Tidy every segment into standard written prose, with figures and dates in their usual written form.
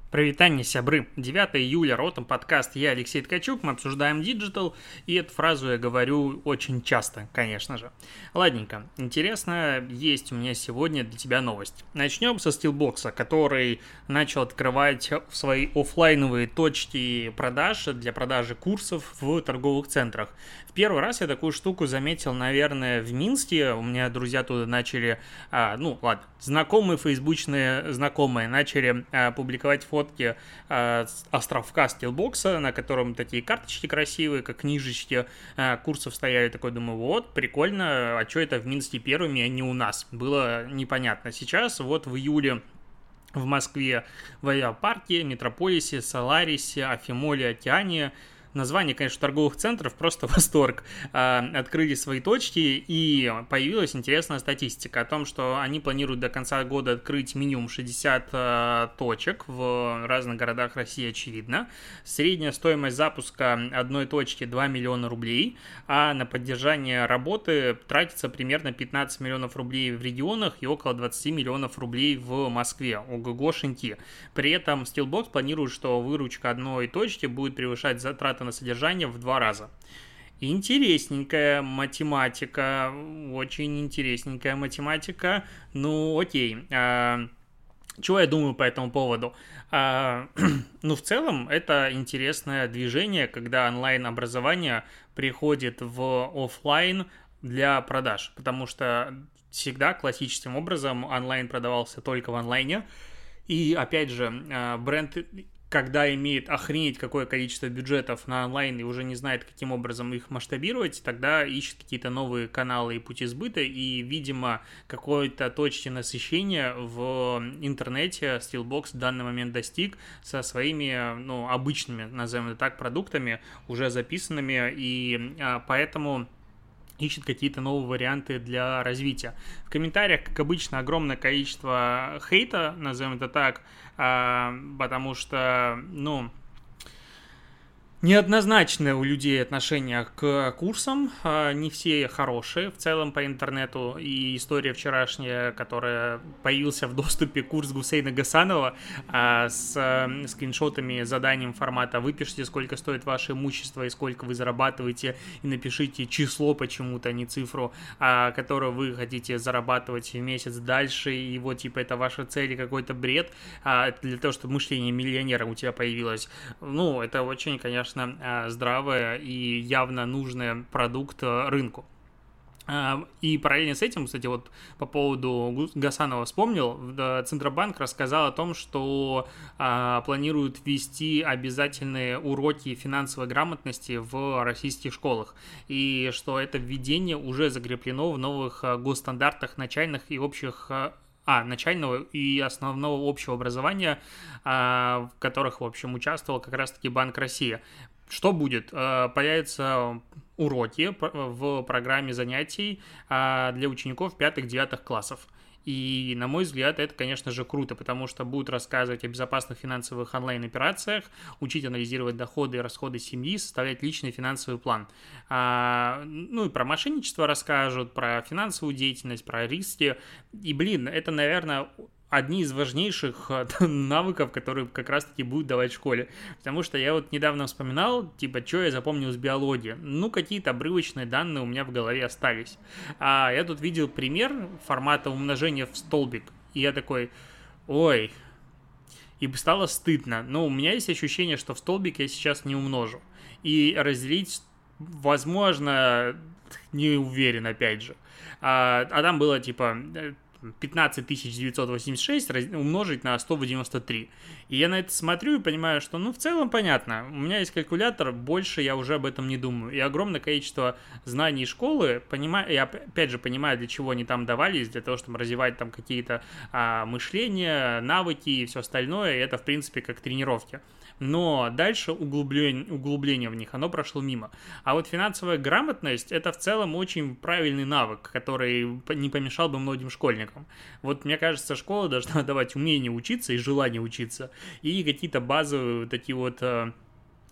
Привитание, сябры. 9 июля, Ротом подкаст, я Алексей Ткачук, мы обсуждаем диджитал, и эту фразу я говорю очень часто, конечно же. Ладненько, интересно, есть у меня сегодня для тебя новость. Начнем со Steelbox, который начал открывать свои офлайновые точки продаж для продажи курсов в торговых центрах. В первый раз я такую штуку заметил, наверное, в Минске, у меня друзья туда начали, знакомые фейсбучные знакомые начали публиковать фотки островка Steelbox, на котором такие карточки красивые, как книжечки курсов стояли. Такой думаю, вот, прикольно, а что это в Минске первыми, а не у нас? Было непонятно. Сейчас вот в июле в Москве, в Авиапарке, Метрополисе, Соларисе, Афимоле, Океане, название, конечно, торговых центров, просто восторг. Открыли свои точки, и появилась интересная статистика о том, что они планируют до конца года открыть минимум 60 точек в разных городах России, очевидно. Средняя стоимость запуска одной точки 2 миллиона рублей, а на поддержание работы тратится примерно 15 миллионов рублей в регионах и около 20 миллионов рублей в Москве. Ого-гошеньки. При этом Steelbox планирует, что выручка одной точки будет превышать затраты на содержание в 2 раза. Интересненькая математика, очень интересненькая математика. Ну, окей. Чего я думаю по этому поводу? В целом, это интересное движение, когда онлайн-образование приходит в офлайн для продаж, потому что всегда классическим образом онлайн продавался только в онлайне. И, опять же, бренд, когда имеет охренеть какое количество бюджетов на онлайн и уже не знает, каким образом их масштабировать, тогда ищет какие-то новые каналы и пути сбыта, и, видимо, какой-то точки насыщения в интернете Steelbox в данный момент достиг со своими, обычными, назовем это так, продуктами, уже записанными, и поэтому ищет какие-то новые варианты для развития. В комментариях, как обычно, огромное количество хейта, назовем это так, потому что, неоднозначное у людей отношение к курсам, не все хорошие в целом по интернету, и история вчерашняя, которая появился в доступе курс Гусейна Гасанова с скриншотами, заданием формата «Выпишите, сколько стоит ваше имущество и сколько вы зарабатываете, и напишите число почему-то, а не цифру, которую вы хотите зарабатывать в месяц дальше, и вот типа это ваша цель и какой-то бред для того, чтобы мышление миллионера у тебя появилось». Это очень, конечно, здравое и явно нужный продукт рынку. И параллельно с этим, кстати, вот по поводу Гасанова вспомнил, Центробанк рассказал о том, что планирует ввести обязательные уроки финансовой грамотности в российских школах, и что это введение уже закреплено в новых госстандартах начальных и общих начального и основного общего образования, в которых, в общем, участвовал как раз-таки Банк России. Что будет? Появятся уроки в программе занятий для учеников 5-9 классов. И, на мой взгляд, это, конечно же, круто, потому что будут рассказывать о безопасных финансовых онлайн-операциях, учить анализировать доходы и расходы семьи, составлять личный финансовый план. И про мошенничество расскажут, про финансовую деятельность, про риски. И, это, наверное, одни из важнейших навыков, которые как раз-таки будут давать в школе. Потому что я вот недавно вспоминал, что я запомнил с биологии. Какие-то обрывочные данные у меня в голове остались. Я тут видел пример формата умножения в столбик. И я такой, ой, и стало стыдно. Но у меня есть ощущение, что в столбик я сейчас не умножу. И разделить, возможно, не уверен, опять же. Там было 15 986 умножить на 193. И я на это смотрю и понимаю, что, в целом понятно. У меня есть калькулятор, больше я уже об этом не думаю. И огромное количество знаний школы, я опять же понимаю, для чего они там давались, для того, чтобы развивать там какие-то мышления, навыки и все остальное. И это, в принципе, как тренировки. Но дальше углубление в них, оно прошло мимо. А вот финансовая грамотность – это в целом очень правильный навык, который не помешал бы многим школьникам. Вот мне кажется, школа должна давать умение учиться и желание учиться, и какие-то базовые такие вот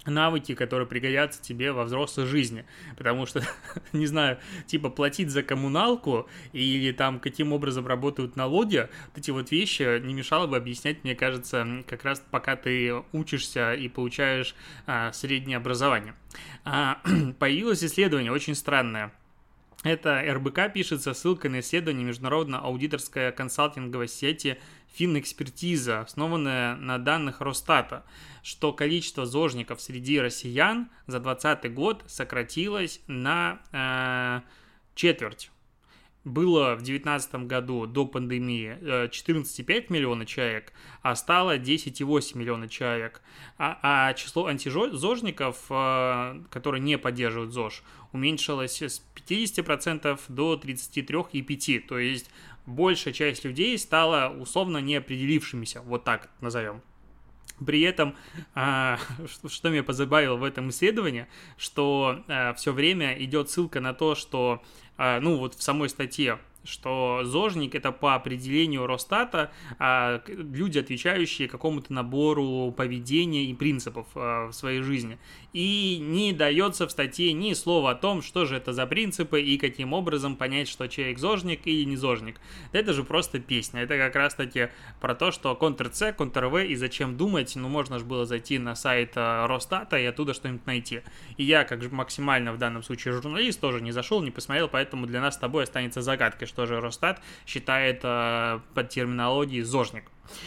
навыки, которые пригодятся тебе во взрослой жизни, потому что, не знаю, типа платить за коммуналку или там каким образом работают налоги, вот эти вот вещи не мешало бы объяснять, мне кажется, как раз пока ты учишься и получаешь среднее образование. Появилось исследование очень странное. Это РБК пишется ссылкой на исследование международно-аудиторской консалтинговой сети Финэкспертиза, основанная на данных Росстата, что количество зожников среди россиян за 2020 год сократилось на четверть. Было в 2019 году до пандемии 14,5 миллиона человек, а стало 10,8 миллиона человек. А число антизожников, которые не поддерживают ЗОЖ, уменьшилось с 50% до 33,5%. То есть большая часть людей стала условно неопределившимися, вот так назовем. При этом, что меня позабавило в этом исследовании, что все время идет ссылка на то, что, ну вот в самой статье, что зожник — это по определению Росстата люди, отвечающие какому-то набору поведения и принципов в своей жизни. И не дается в статье ни слова о том, что же это за принципы и каким образом понять, что человек зожник или не зожник. Это же просто песня. Это как раз-таки про то, что Ctrl-C, Ctrl-V и зачем думать, ну можно же было зайти на сайт Росстата и оттуда что-нибудь найти. И я, как же максимально в данном случае журналист, тоже не зашел, не посмотрел, поэтому для нас с тобой останется загадкой, что же Росстат считает под терминологией зожник.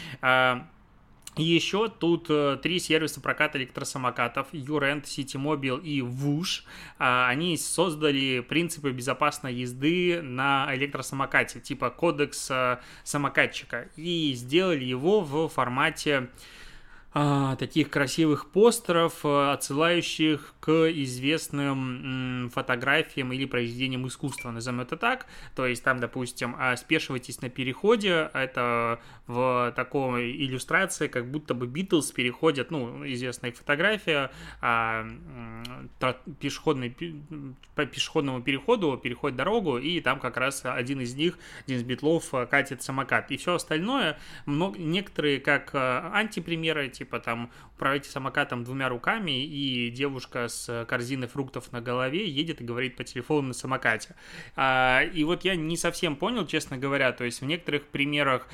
Еще тут 3 сервиса проката электросамокатов: YouRent, Citymobil и Whoosh. Они создали принципы безопасной езды на электросамокате, типа кодекс самокатчика, и сделали его в формате таких красивых постеров, отсылающих к известным фотографиям или произведениям искусства, назовем это так. То есть там, допустим, спешивайтесь на переходе, это в такой иллюстрации, как будто бы Битлз переходят, ну, известная их фотография, по пешеходному переходу переходит дорогу, и там как раз один из Битлов катит самокат. И все остальное, некоторые как антипримеры, типа там управляйте самокатом 2 руками, и девушка с корзиной фруктов на голове едет и говорит по телефону на самокате. И вот я не совсем понял, честно говоря, то есть в некоторых примерах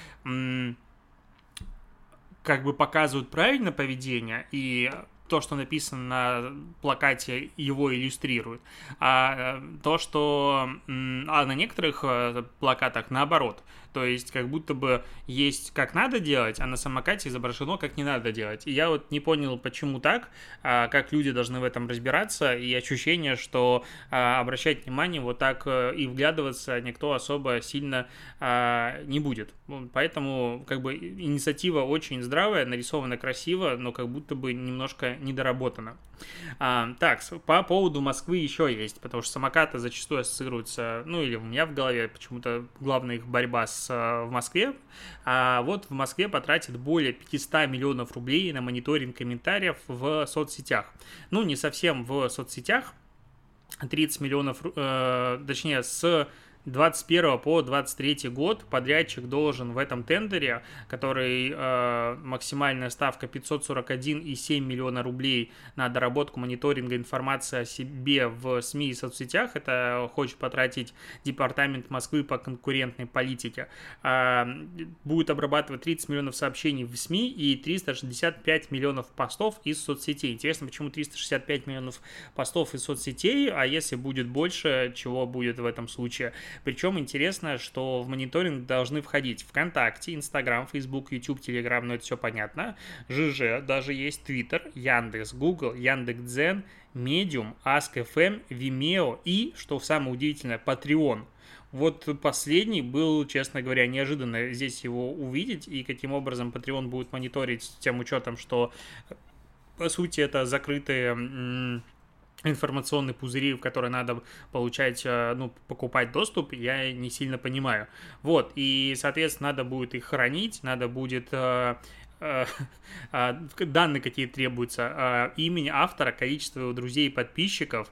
как бы показывают правильное поведение, и то, что написано на плакате, его иллюстрирует, а на некоторых плакатах наоборот. То есть, как будто бы есть как надо делать, а на самокате изображено как не надо делать. И я вот не понял, почему так, как люди должны в этом разбираться, и ощущение, что обращать внимание вот так и вглядываться никто особо сильно не будет. Поэтому, как бы, инициатива очень здравая, нарисована красиво, но как будто бы немножко недоработана. Так, по поводу Москвы еще есть, потому что самокаты зачастую ассоциируются, ну или у меня в голове почему-то главная их борьба в Москве. А вот в Москве потратят более 500 миллионов рублей на мониторинг комментариев в соцсетях. Ну, не совсем в соцсетях, 30 миллионов, точнее, с 21 по 23 год подрядчик должен в этом тендере, который максимальная ставка 541,7 миллиона рублей на доработку мониторинга информации о себе в СМИ и соцсетях, это хочет потратить Департамент Москвы по конкурентной политике, будет обрабатывать 30 миллионов сообщений в СМИ и 365 миллионов постов из соцсетей. Интересно, почему 365 миллионов постов из соцсетей, а если будет больше, чего будет в этом случае? Причем интересно, что в мониторинг должны входить ВКонтакте, Инстаграм, Фейсбук, Ютуб, Телеграм, но это все понятно. ЖЖ, даже есть Твиттер, Яндекс, Гугл, Яндекс.Дзен, Медиум, Ask.fm, Vimeo и, что самое удивительное, Patreon. Вот последний был, честно говоря, неожиданно здесь его увидеть, и каким образом Patreon будет мониторить с тем учетом, что, по сути, это закрытые информационные пузыри, в которые надо получать, ну, покупать доступ, я не сильно понимаю. Вот, и, соответственно, надо будет их хранить, надо будет данные какие требуются, имени автора, количество его друзей и подписчиков,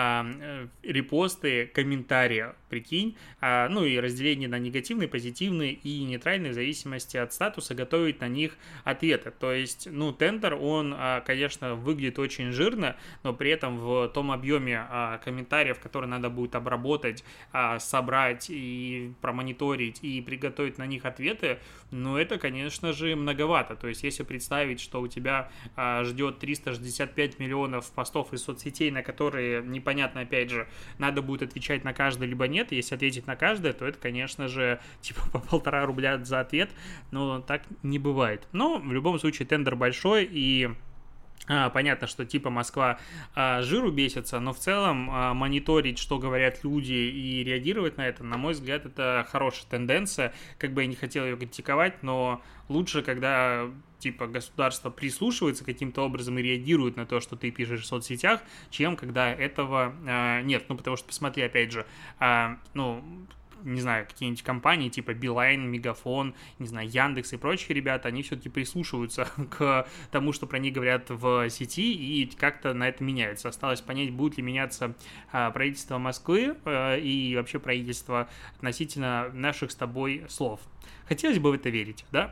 репосты, комментарии, прикинь, ну и разделение на негативные, позитивные и нейтральные в зависимости от статуса, готовить на них ответы. То есть, ну, тендер, он, конечно, выглядит очень жирно, но при этом в том объеме комментариев, которые надо будет обработать, собрать и промониторить и приготовить на них ответы, ну, это, конечно же, многовато. То есть, если представить, что у тебя ждет 365 миллионов постов из соцсетей, на которые непонятно, опять же, надо будет отвечать на каждый, либо нет. Если ответить на каждое, то это, конечно же, типа по 1,5 рубля за ответ, но так не бывает. Но в любом случае тендер большой, и понятно, что типа Москва жиру бесится, но в целом мониторить, что говорят люди, и реагировать на это, на мой взгляд, это хорошая тенденция. Как бы я не хотел ее критиковать, но лучше, когда типа государство прислушивается каким-то образом и реагирует на то, что ты пишешь в соцсетях, чем когда этого нет. Ну, потому что, посмотри, опять же, ну, не знаю, какие-нибудь компании типа Билайн, Мегафон, не знаю, Яндекс и прочие ребята, они все-таки прислушиваются к тому, что про них говорят в сети, и как-то на это меняется. Осталось понять, будет ли меняться правительство Москвы и вообще правительство относительно наших с тобой слов. Хотелось бы в это верить, да?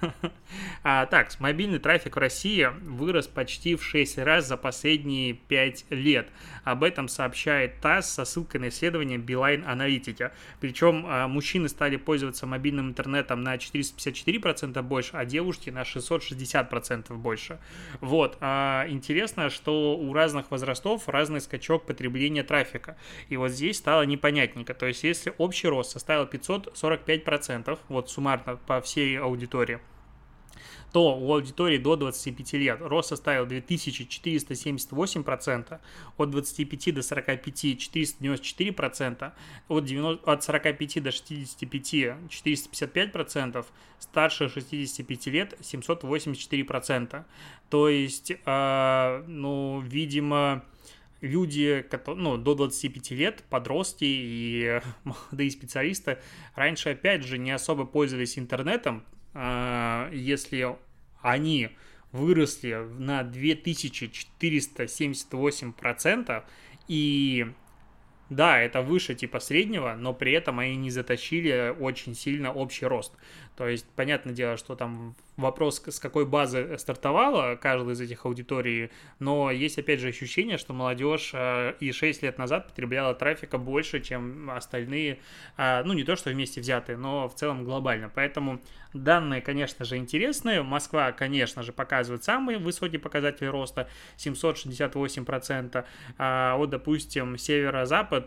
Так, мобильный трафик в России вырос почти в 6 раз за последние 5 лет. Об этом сообщает ТАСС со ссылкой на исследование Билайн Аналитики. Причем мужчины стали пользоваться мобильным интернетом на 454% больше, а девушки на 660% больше. Вот. Интересно, что у разных возрастов разный скачок потребления трафика. И вот здесь стало непонятненько. То есть, если общий рост составил 545%, вот суммарно по всей аудитории, то у аудитории до 25 лет рост составил 2478%, от 25 до 45 – 494%, от 45 до 65 – 455%, старше 65 лет – 784%. То есть, ну, видимо, люди, ну, до 25 лет, подростки и молодые специалисты, раньше, опять же, не особо пользовались интернетом. Если они выросли на 2478%, и да, это выше типа среднего, но при этом они не затащили очень сильно общий рост. То есть, понятное дело, что там вопрос, с какой базы стартовала каждая из этих аудиторий, но есть, опять же, ощущение, что молодежь и 6 лет назад потребляла трафика больше, чем остальные, ну, не то что вместе взятые, но в целом глобально. Поэтому данные, конечно же, интересные. Москва, конечно же, показывает самый высокий показатель роста, 768%, а вот, допустим, северо-запад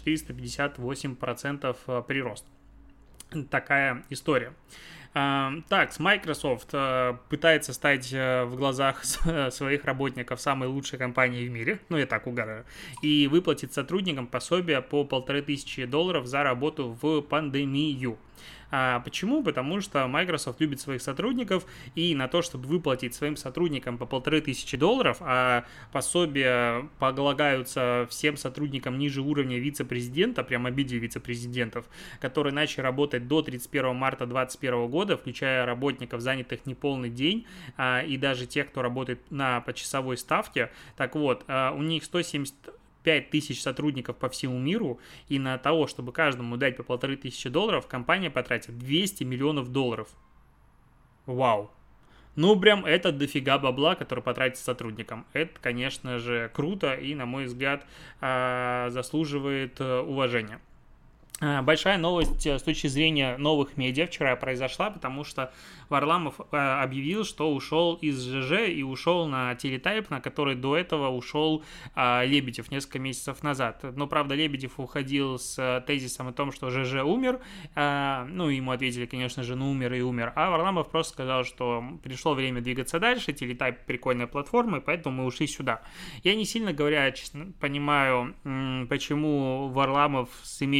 458% прирост. Такая история. Так, Microsoft пытается стать в глазах своих работников самой лучшей компанией в мире, ну я так угораю, и выплатит сотрудникам пособие по $1500 за работу в пандемию. Почему? Потому что Microsoft любит своих сотрудников, и на то, чтобы выплатить своим сотрудникам по $1500, а пособия полагаются всем сотрудникам ниже уровня вице-президента, прям обиде вице-президентов, которые начали работать до 31 марта 2021 года, включая работников, занятых неполный день, и даже тех, кто работает на почасовой ставке. Так вот, у них 175 тысяч сотрудников по всему миру, и на того, чтобы каждому дать по $1500, компания потратит $200 миллионов. Вау! Ну, прям это дофига бабла, который потратит сотрудникам. Это, конечно же, круто и, на мой взгляд, заслуживает уважения. Большая новость с точки зрения новых медиа вчера произошла, потому что Варламов объявил, что ушел из ЖЖ и ушел на Телетайп, на который до этого ушел Лебедев несколько месяцев назад. Но, правда, Лебедев уходил с тезисом о том, что ЖЖ умер. Ну, ему ответили, конечно же, ну умер и умер. А Варламов просто сказал, что пришло время двигаться дальше, Телетайп прикольная платформа, и поэтому мы ушли сюда. Я не сильно говоря, честно, понимаю, почему Варламов с имеющимися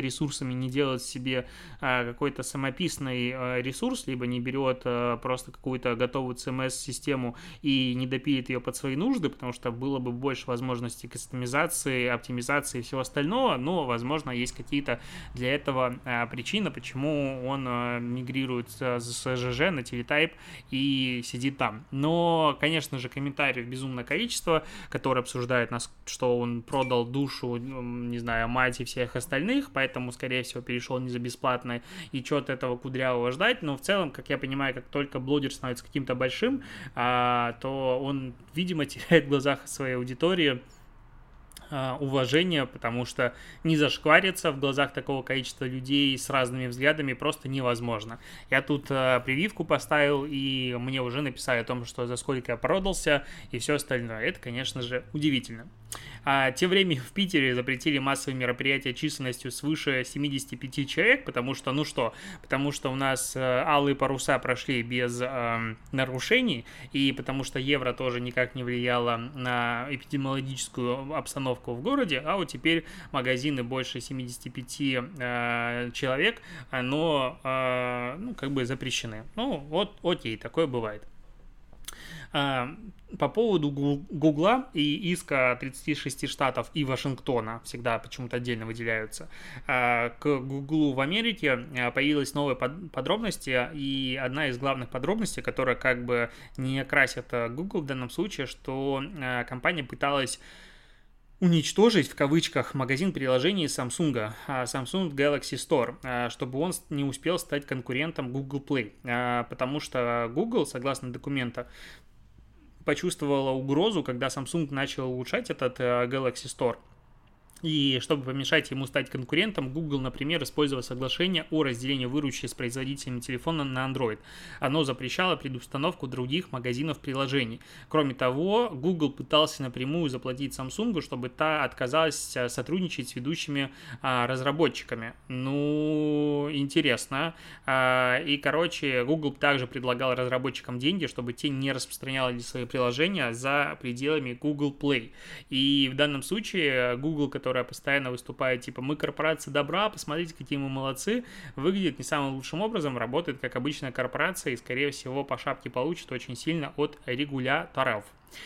ресурсами не делает себе какой-то самописный ресурс, либо не берет просто какую-то готовую CMS-систему и не допилит ее под свои нужды, потому что было бы больше возможностей кастомизации, оптимизации и всего остального, но, возможно, есть какие-то для этого причины, почему он мигрирует с ЖЖ на Teletype и сидит там. Но, конечно же, комментариев безумное количество, которые обсуждают нас, что он продал душу, не знаю, мать и всех остальных, поэтому, скорее всего, перешел не за бесплатно, и что от этого кудрявого ждать. Но в целом, как я понимаю, как только блогер становится каким-то большим, то он, видимо, теряет в глазах своей аудитории уважение, потому что не зашквариться в глазах такого количества людей с разными взглядами просто невозможно. Я тут прививку поставил, и мне уже написали о том, что за сколько я продался и все остальное. Это, конечно же, удивительно. Тем временем в Питере запретили массовые мероприятия численностью свыше 75 человек, потому что у нас алые паруса прошли без нарушений, и потому что евро тоже никак не влияло на эпидемиологическую обстановку в городе, а вот теперь магазины больше 75 человек, но как бы запрещены. Ну, вот окей, такое бывает. По поводу Гугла и иска 36 штатов и Вашингтона, всегда почему-то отдельно выделяются, к Гуглу в Америке появились новые подробности, и одна из главных подробностей, которая как бы не красит Google в данном случае, что компания пыталась уничтожить, в кавычках, магазин приложений Samsung, Samsung Galaxy Store, чтобы он не успел стать конкурентом Google Play, потому что Google, согласно документу, почувствовала угрозу, когда Samsung начал улучшать этот Galaxy Store. И чтобы помешать ему стать конкурентом, Google, например, использовал соглашение о разделении выручки с производителями телефона на Android. Оно запрещало предустановку других магазинов приложений. Кроме того, Google пытался напрямую заплатить Samsung, чтобы та отказалась сотрудничать с ведущими разработчиками. Ну, интересно. И, короче, Google также предлагал разработчикам деньги, чтобы те не распространяли свои приложения за пределами Google Play. И в данном случае Google, которая постоянно выступает, типа, мы корпорация добра, посмотрите, какие мы молодцы, выглядит не самым лучшим образом, работает как обычная корпорация и, скорее всего, по шапке получит очень сильно от регуляторов.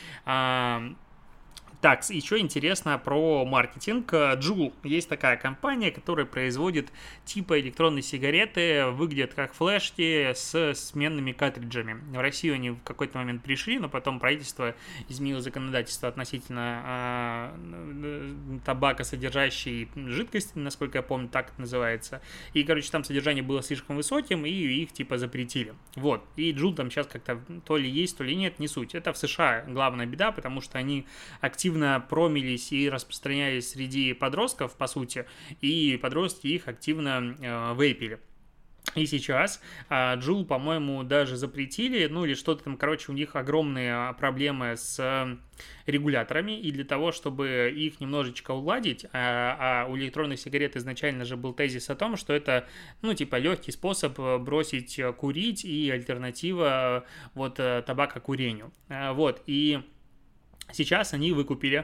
Так, еще интересно про маркетинг. Juul. Есть такая компания, которая производит типа электронные сигареты, выглядят как флешки с сменными картриджами. В Россию они в какой-то момент пришли, но потом правительство изменило законодательство относительно табакосодержащей жидкости, насколько я помню, так это называется. И, короче, там содержание было слишком высоким, и их типа запретили. Вот. И Juul там сейчас как-то то ли есть, то ли нет, не суть. Это в США главная беда, потому что они активно промились и распространялись среди подростков, по сути, и подростки их активно вейпили. И сейчас Juul, по-моему, даже запретили, ну или что-то там, короче, у них огромные проблемы с регуляторами, и для того, чтобы их немножечко уладить, а у электронных сигарет изначально же был тезис о том, что это, ну, типа, легкий способ бросить курить и альтернатива вот табакокурению. Вот, и сейчас они выкупили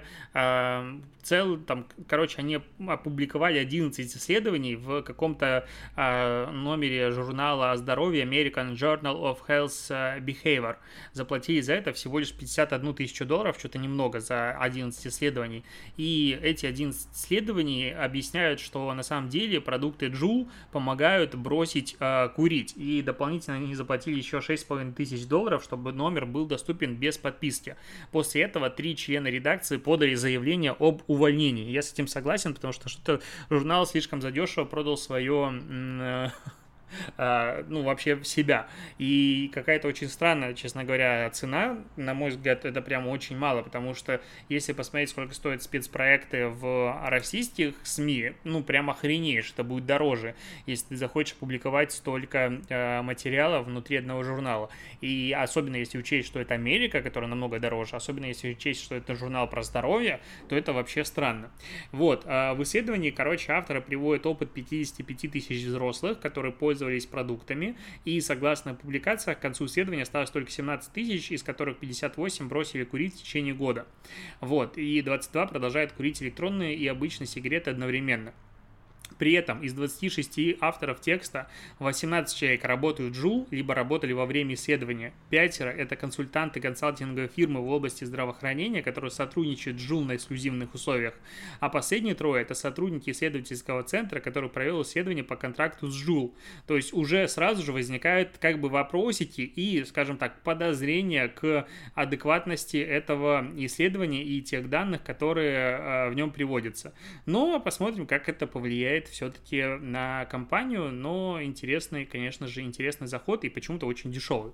они опубликовали 11 исследований в каком-то номере журнала о здоровье American Journal of Health Behavior. Заплатили за это всего лишь $51 тысячу, что-то немного за 11 исследований. И эти 11 исследований объясняют, что на самом деле продукты Juul помогают бросить курить. И дополнительно они заплатили еще $6,5 тысяч, чтобы номер был доступен без подписки. После этого 3 члена редакции подали заявление об увольнении. Я с этим согласен, потому что что-то журнал слишком задешево продал свое вообще себя. И какая-то очень странная, честно говоря, цена, на мой взгляд, это прямо очень мало, потому что если посмотреть, сколько стоят спецпроекты в российских СМИ, ну, прям охренеешь, это будет дороже, если ты захочешь публиковать столько материалов внутри одного журнала. И особенно если учесть, что это Америка, которая намного дороже, особенно если учесть, что это журнал про здоровье, то это вообще странно. Вот, в исследовании, короче, авторы приводят опыт 55 тысяч взрослых, которые пользовались продуктами, и согласно публикациях, к концу исследования осталось только 17 тысяч, из которых 58 бросили курить в течение года. Вот, и 22 продолжают курить электронные и обычные сигареты одновременно. При этом из 26 авторов текста 18 человек работают в Joule, либо работали во время исследования. 5 это консультанты консалтинговой фирмы в области здравоохранения, которые сотрудничают с Joule на эксклюзивных условиях. А последние 3 это сотрудники исследовательского центра, который провел исследование по контракту с Joule. То есть уже сразу же возникают как бы вопросики и, скажем так, подозрения к адекватности этого исследования и тех данных, которые в нем приводятся. Но посмотрим, как это повлияет все-таки на компанию, но интересный, конечно же, интересный заход и почему-то очень дешевый.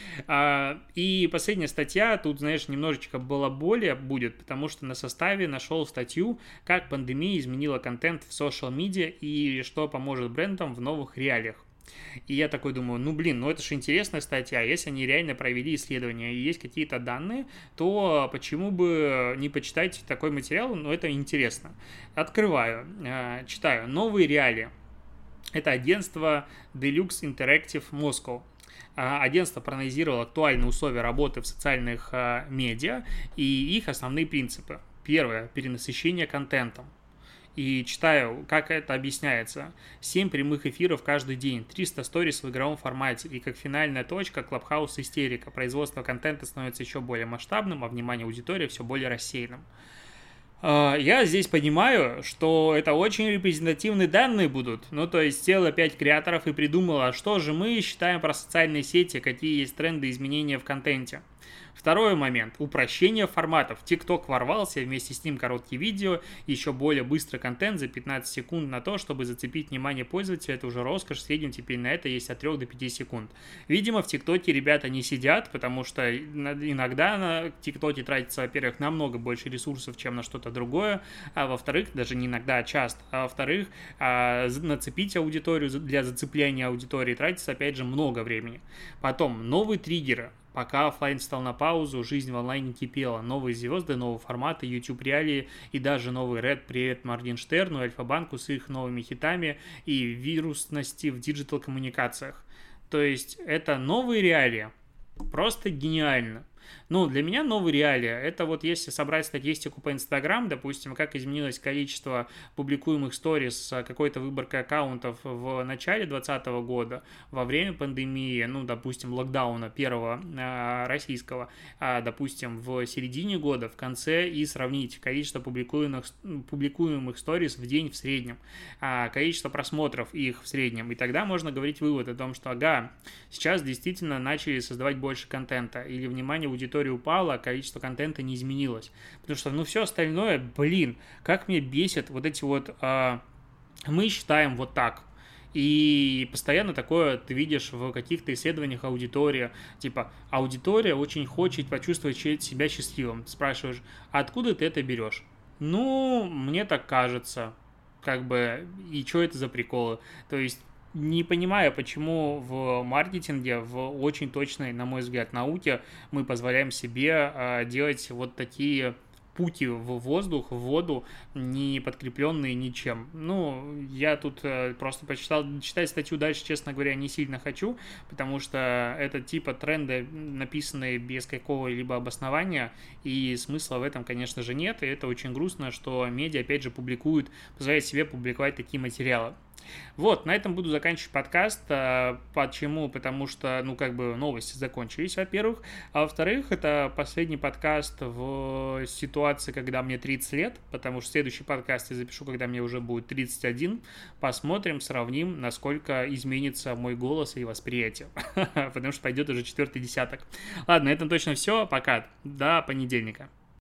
И последняя статья, тут, знаешь, немножечко балаболия будет, потому что на составе нашел статью, как пандемия изменила контент в social-медиа и что поможет брендам в новых реалиях. И я такой думаю, это же интересная статья, если они реально провели исследования и есть какие-то данные, то почему бы не почитать такой материал, это интересно. Открываю, читаю. Новые реалии. Это агентство Deluxe Interactive Moscow. Агентство проанализировало актуальные условия работы в социальных медиа и их основные принципы. Первое – перенасыщение контентом. И читаю, как это объясняется. 7 прямых эфиров каждый день, 300 сторис в игровом формате. И как финальная точка, Clubhouse истерика. Производство контента становится еще более масштабным, а внимание аудитории все более рассеянным. Я здесь понимаю, что это очень репрезентативные данные будут. То есть села 5 креаторов и придумала, что же мы считаем про социальные сети, какие есть тренды изменения в контенте. Второй момент – упрощение форматов. TikTok ворвался, вместе с ним короткие видео, еще более быстрый контент за 15 секунд на то, чтобы зацепить внимание пользователя. Это уже роскошь, в среднем теперь на это есть от 3 до 5 секунд. Видимо, в ТикТоке ребята не сидят, потому что иногда на ТикТоке тратится, во-первых, намного больше ресурсов, чем на что-то другое, а во-вторых, даже не иногда, а часто, а во-вторых, нацепить аудиторию, для зацепления аудитории тратится, опять же, много времени. Потом, новые триггеры. Пока офлайн встал на паузу, жизнь в онлайне кипела. Новые звезды, новые форматы, YouTube реалии и даже новый Red, привет Моргенштерну и Альфа-банку с их новыми хитами и вирусности в диджитал-коммуникациях. То есть это новые реалии. Просто гениально. Для меня новые реалии, это вот если собрать статистику по Instagram, допустим, как изменилось количество публикуемых сторис с какой-то выборкой аккаунтов в начале 2020 года, во время пандемии, допустим, локдауна первого российского, допустим, в середине года, в конце, и сравнить количество публикуемых сторис в день в среднем, количество просмотров их в среднем, и тогда можно говорить вывод о том, что, сейчас действительно начали создавать больше контента, или внимание аудитории упало, а количество контента не изменилось. Потому что, все остальное, как мне бесит вот эти вот... мы считаем вот так. И постоянно такое ты видишь в каких-то исследованиях аудитории. Типа, аудитория очень хочет почувствовать себя счастливым. Спрашиваешь, а откуда ты это берешь? Мне так кажется. И что это за приколы? То есть, не понимаю, почему в маркетинге, в очень точной, на мой взгляд, науке мы позволяем себе делать вот такие пути в воздух, в воду, не подкрепленные ничем. Я тут просто читать статью дальше, честно говоря, не сильно хочу, потому что это типа тренды, написанные без какого-либо обоснования, и смысла в этом, конечно же, нет, и это очень грустно, что медиа, опять же, позволяет себе публиковать такие материалы. Вот, на этом буду заканчивать подкаст. Почему? Потому что, новости закончились, во-первых. А во-вторых, это последний подкаст в ситуации, когда мне 30 лет, потому что следующий подкаст я запишу, когда мне уже будет 31. Посмотрим, сравним, насколько изменится мой голос и восприятие. Потому что пойдет уже 4-й десяток. Ладно, на этом точно все. Пока. До понедельника.